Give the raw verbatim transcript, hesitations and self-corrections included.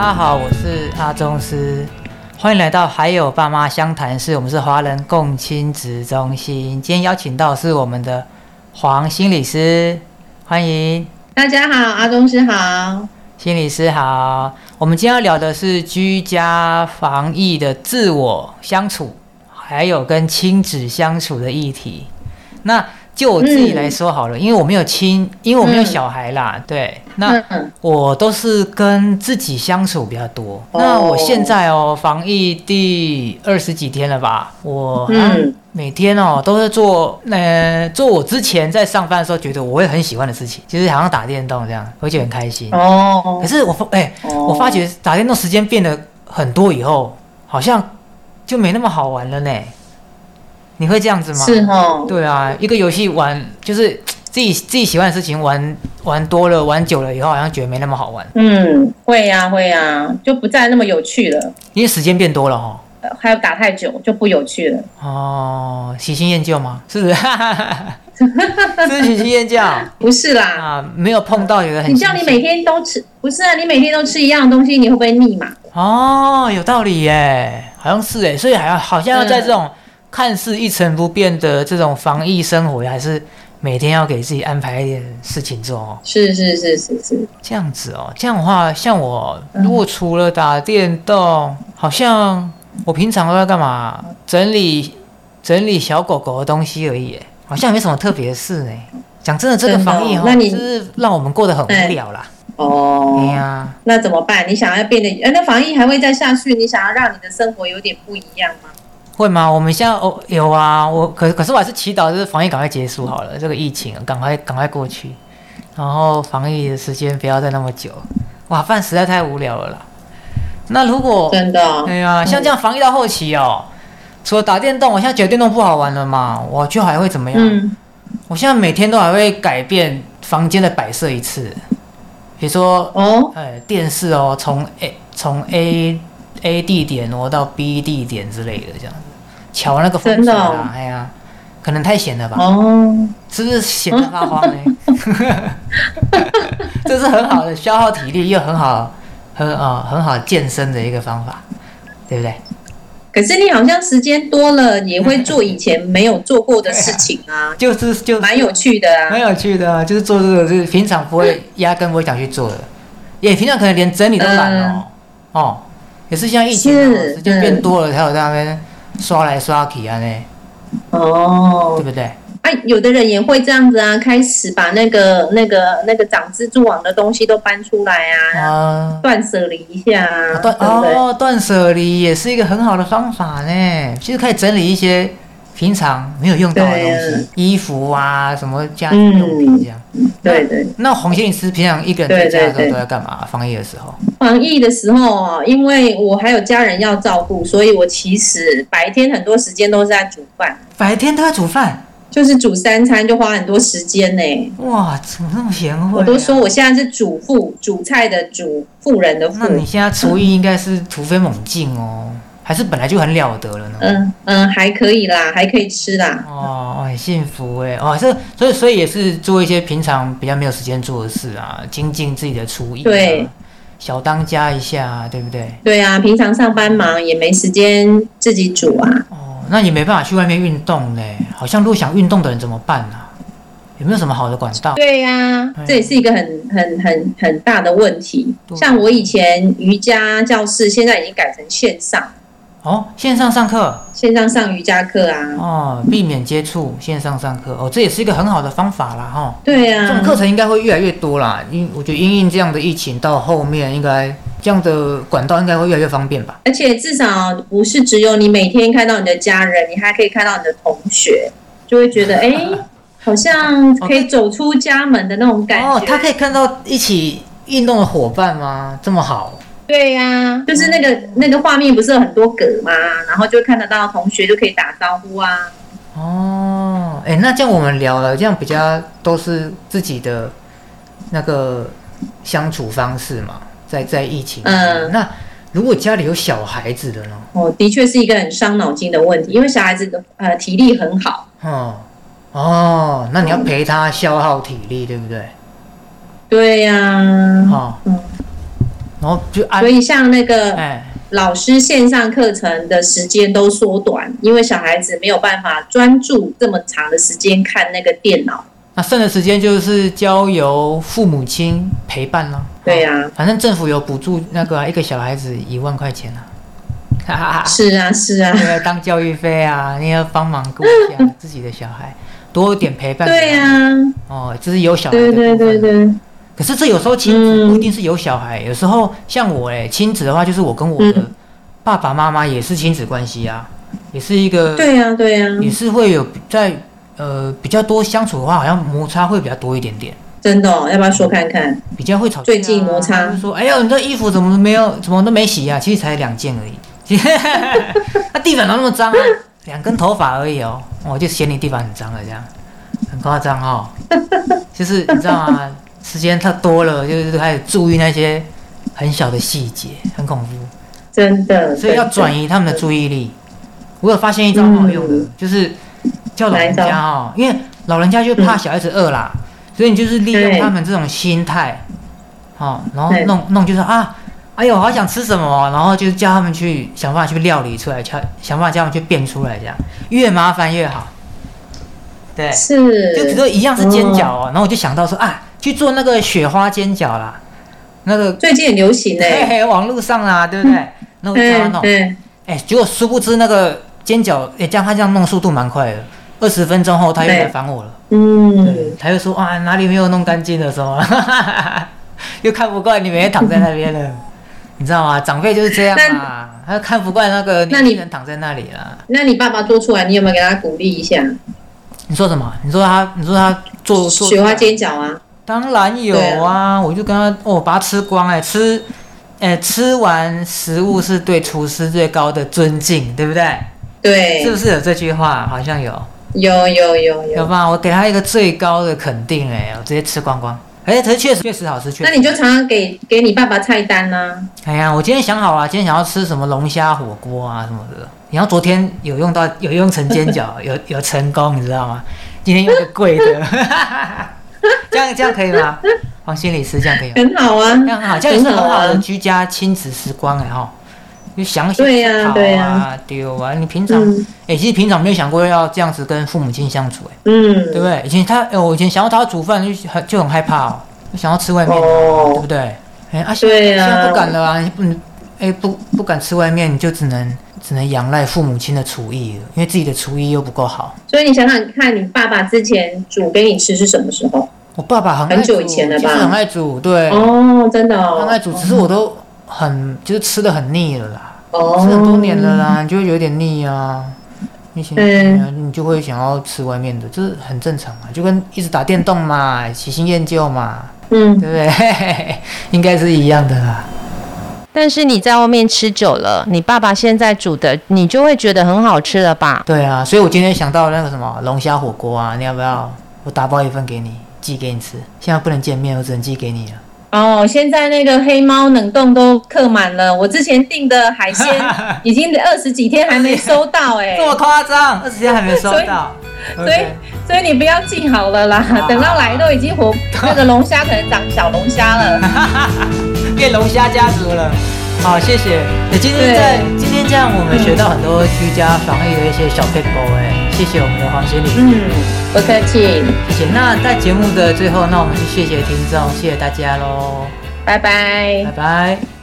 大家好，我是阿宗师，欢迎来到还有爸妈相谈室，我们是华人共亲职中心。今天邀请到是我们的黄心理师，欢迎。 大家好，阿宗师好， 心理师好。我们今天要聊的是居家防疫的自我相处，还有跟亲子相处的议题。那就我自己来说好了，嗯、因为我没有亲，因为我没有小孩啦，嗯、对，那我都是跟自己相处比较多。嗯、那我现在哦，防疫第二十几天了吧，我每天哦都是做呃做我之前在上班的时候觉得我会很喜欢的事情，就是好像打电动这样，我觉得很开心。哦，可是我哎、欸，我发觉打电动时间变得很多以后，好像就没那么好玩了呢。你会这样子吗？ 是哦， 对啊，一个游戏玩就是自己自己喜欢的事情玩玩多了，玩久了以后好像觉得没那么好玩。 嗯，会呀、啊、会呀、啊，就不再那么有趣了， 因为时间变多了哈、 呃。还有打太久就不有趣了。 哦，喜新厌旧吗？是不是？是喜新厌旧？ 不是啦， 啊，没有碰到有的很。 你叫你每天都吃，不是啊？你每天都吃一样的东西，你会不会腻嘛？ 哦，有道理耶，好像是哎，所以还要好像要在这种。嗯看似一成不变的这种防疫生活，还是每天要给自己安排一点事情做哦。 是是是是是， 这样子哦。这样的话，像我如果除了打电动，嗯、好像我平常都在干嘛？整理整理小狗狗的东西而已，好像没什么特别的事呢。讲真的，这个防疫哈、哦，就是让我们过得很无聊啦。 嗯、哦， 对呀、啊， 那怎么办？你想要变得，呃，那防疫还会再下去？你想要让你的生活有点不一样吗？ 会吗？我们现在哦有啊，我可可是我还是祈祷，就是防疫赶快结束好了，这个疫情赶快赶快过去，然后防疫的时间不要再那么久。哇，饭实在太无聊了啦。那如果真的， 对啊，像这样防疫到后期哦，嗯、除了打电动，我现在觉得电动不好玩了嘛，我就还会怎么样？嗯、我现在每天都还会改变房间的摆设一次，比如说哦，呃，电视哦，从 A 从 A A 地点挪到 B 地点之类的这样。瞧那个风水啊，哦、哎呀，可能太闲了吧？哦，是不是闲得发慌呢？这是很好的消耗体力又很好、很啊、呃、很好健身的一个方法，对不对？ 可是你好像时间多了，也会做以前没有做过的事情啊， 就是就蛮有趣的啊， 蛮有趣的啊，就是做这个，就是平常不会压根不会想去做的，也平常可能连整理都懒哦，嗯、哦，也是像疫情、哦、时间变多了才有在那边。刷来刷去啊呢，哦，对不对？ 哎、啊，有的人也会这样子啊，开始把那个、那个、那个长蜘蛛网的东西都搬出来啊，断舍离一下啊， 断哦，断舍离也是一个很好的方法呢。其实可以整理一些平常没有用到的东西，衣服啊，什么家庭用品这样。 嗯、对对。 那洪心理师平常一个人在家的时候都在干嘛？防疫的时候？ 防疫的时候啊，因为我还有家人要照顾，所以我其实白天很多时间都是在煮饭。 白天都在煮饭？ 就是煮三餐就花很多时间呢。 哇，怎么那么贤惠、啊？ 我都说我现在是主妇，煮菜的主，妇人的妇。 那你现在厨艺应该是突飞猛进哦，还是本来就很了得了呢？ 嗯嗯，还可以啦，还可以吃啦。 哦，很幸福哎！哦，这所以所以也是做一些平常比较没有时间做的事啊，精进自己的厨艺、啊。对。小当家一下，对不对？ 对啊，平常上班忙也没时间自己煮啊。 哦，那也没办法去外面运动嘞。好像如果想运动的人怎么办啊？有没有什么好的管道？ 对呀、啊，这也是一个很很很很大的问题。像我以前瑜伽教室，现在已经改成线上。 哦，线上上课， 线上上瑜伽课啊。 哦，避免接触，线上上课，哦，这也是一个很好的方法啦，哈、哦。 对啊， 这种课程应该会越来越多啦，因我觉得因应这样的疫情到后面，应该这样的管道应该会越来越方便吧。 而且至少不是只有你每天看到你的家人，你还可以看到你的同学，就会觉得哎、欸，好像可以走出家门的那种感觉。 哦，他可以看到一起运动的伙伴吗？这么好。 对呀、啊，就是那个、嗯、那个画面不是有很多格吗？然后就看得到同学就可以打招呼啊。 哦，哎，那这样我们聊了，这样比较都是自己的那个相处方式嘛，在在疫情。嗯，那如果家里有小孩子的呢？ 哦，的确是一个很伤脑筋的问题，因为小孩子的呃体力很好。 哦哦，那你要陪他消耗体力，对不对？ 对呀、啊。 哦，嗯。 然后就按， 所以像那个哎， 老师线上课程的时间都缩短，因为小孩子没有办法专注这么长的时间看那个电脑。 那剩的时间就是交由父母亲陪伴了。 对呀、啊， 反正政府有补助那个、啊、一个小孩子一万块钱啊。哈哈哈。 是啊，是啊。 对，当教育费啊，你要帮忙顾一下自己的小孩，多一点陪伴。 对呀、啊。 哦，这是有小孩的部对分。 对对对。 可是这有时候亲子不一定是有小孩，嗯、有时候像我哎，亲子的话就是我跟我的爸爸妈妈也是亲子关系啊，也是一个。 对呀、啊、对呀、啊。 也是会有在呃比较多相处的话，好像摩擦会比较多一点点。 真的、哦，要不要说看看？ 比较会吵架、啊。 最近摩擦， 就是说，哎呦，你这衣服怎么没有，怎么都没洗啊？其实才两件而已。那地板都那么脏啊，两根头发而已哦，我就嫌你地板很脏了，这样很夸张哦。就是你知道吗？时间太多了，就是开始注意那些很小的细节，很恐怖。 真的。 所以要转移他们的注意力。我有发现一招很好用的，嗯、就是叫老人家哦，因为老人家就怕小孩子饿啦。嗯，所以你就是利用他们这种心态，哦，然后弄弄就是啊，哎呦，好想吃什么，然后就叫他们去想办法去料理出来，想想办法叫他们去变出来，这样越麻烦越好。对， 是， 就比如说一样是煎饺哦，然后我就想到说啊，去做那个雪花煎饺啦，那个最近很流行嘞、 欸，网络上啦，对不对？然后我就叫他弄，哎、欸，结果殊不知那个煎饺，哎、欸，这样他这样弄速度蛮快的。二十分钟后，他又来烦我了。嗯，他又说啊，哪里没有弄干净的时候，又看不惯你每天躺在那边了，你知道吗？长辈就是这样啊，他看不惯那个年轻人躺在那里了。 那你爸爸做出来，你有没有给他鼓励一下？ 你说什么？你说他，你说他做做雪花煎饺啊？ 当然有啊，啊我就跟他哦，把它吃光哎、欸，吃，哎、欸，吃完食物是对厨师最高的尊敬，对不对？ 对， 是不是有这句话？好像有。 有有有有， 有吧？我给他一个最高的肯定哎、欸，我直接吃光光。哎、欸，可是确实确实好吃，确实。 那你就常常给给你爸爸菜单呢、啊？ 哎呀，我今天想好了，今天想要吃什么龙虾火锅啊什么的。然后昨天有用到，有用成煎饺，有有成功，你知道吗？今天用个贵的，这样这样可以吗？黄心理师这样可以吗？ 很好啊， 这样很好，这样也是很好的居家亲子时光哎、欸、哈。就想想对呀、啊，对呀、啊， 丢啊！你平常哎、嗯欸，其实平常没有想过要这样子跟父母亲相处哎、欸， 嗯， 对不对？以前他，我以前想要他煮饭就很就很害怕哦，就想要吃外面的、 哦， 对不对？哎、欸、啊， 对啊， 现在不敢了啊！你不，哎、欸、不不敢吃外面，你就只能只能仰赖父母亲的厨艺了，因为自己的厨艺又不够好。 所以你想想看，你爸爸之前煮给你吃是什么时候？ 我爸爸很爱煮很久以前了吧？ 就是很爱煮，对。 哦，真的哦， 很爱煮，只是我都很就是吃的很腻了啦。 哦， 吃很多年了啦，你就会有点腻啊。你想、嗯，你就会想要吃外面的，这是很正常嘛，就跟一直打电动嘛，喜新厌旧嘛，嗯，对不对？应该是一样的啦。 但是你在外面吃久了，你爸爸现在煮的，你就会觉得很好吃了吧？ 对啊，所以我今天想到那个什么龙虾火锅啊，你要不要？我打包一份给你，寄给你吃。现在不能见面，我只能寄给你了。 哦，现在那个黑猫冷冻都客满了，我之前订的海鲜已经二十几天还没收到哎、欸， 这么夸张，二十天还没收到， 所以、okay. 所以所以你不要寄好了啦，等到来都已经活那个龙虾可能长小龙虾了， 变龙虾家族了。好，谢谢。欸、今天在今天这样，我们学到很多居家防疫的一些小撇步哎，谢谢我们的黄心理师。 嗯，不客气， 谢谢。那在节目的最后，那我们就谢谢听众，谢谢大家喽， 拜拜， 拜拜。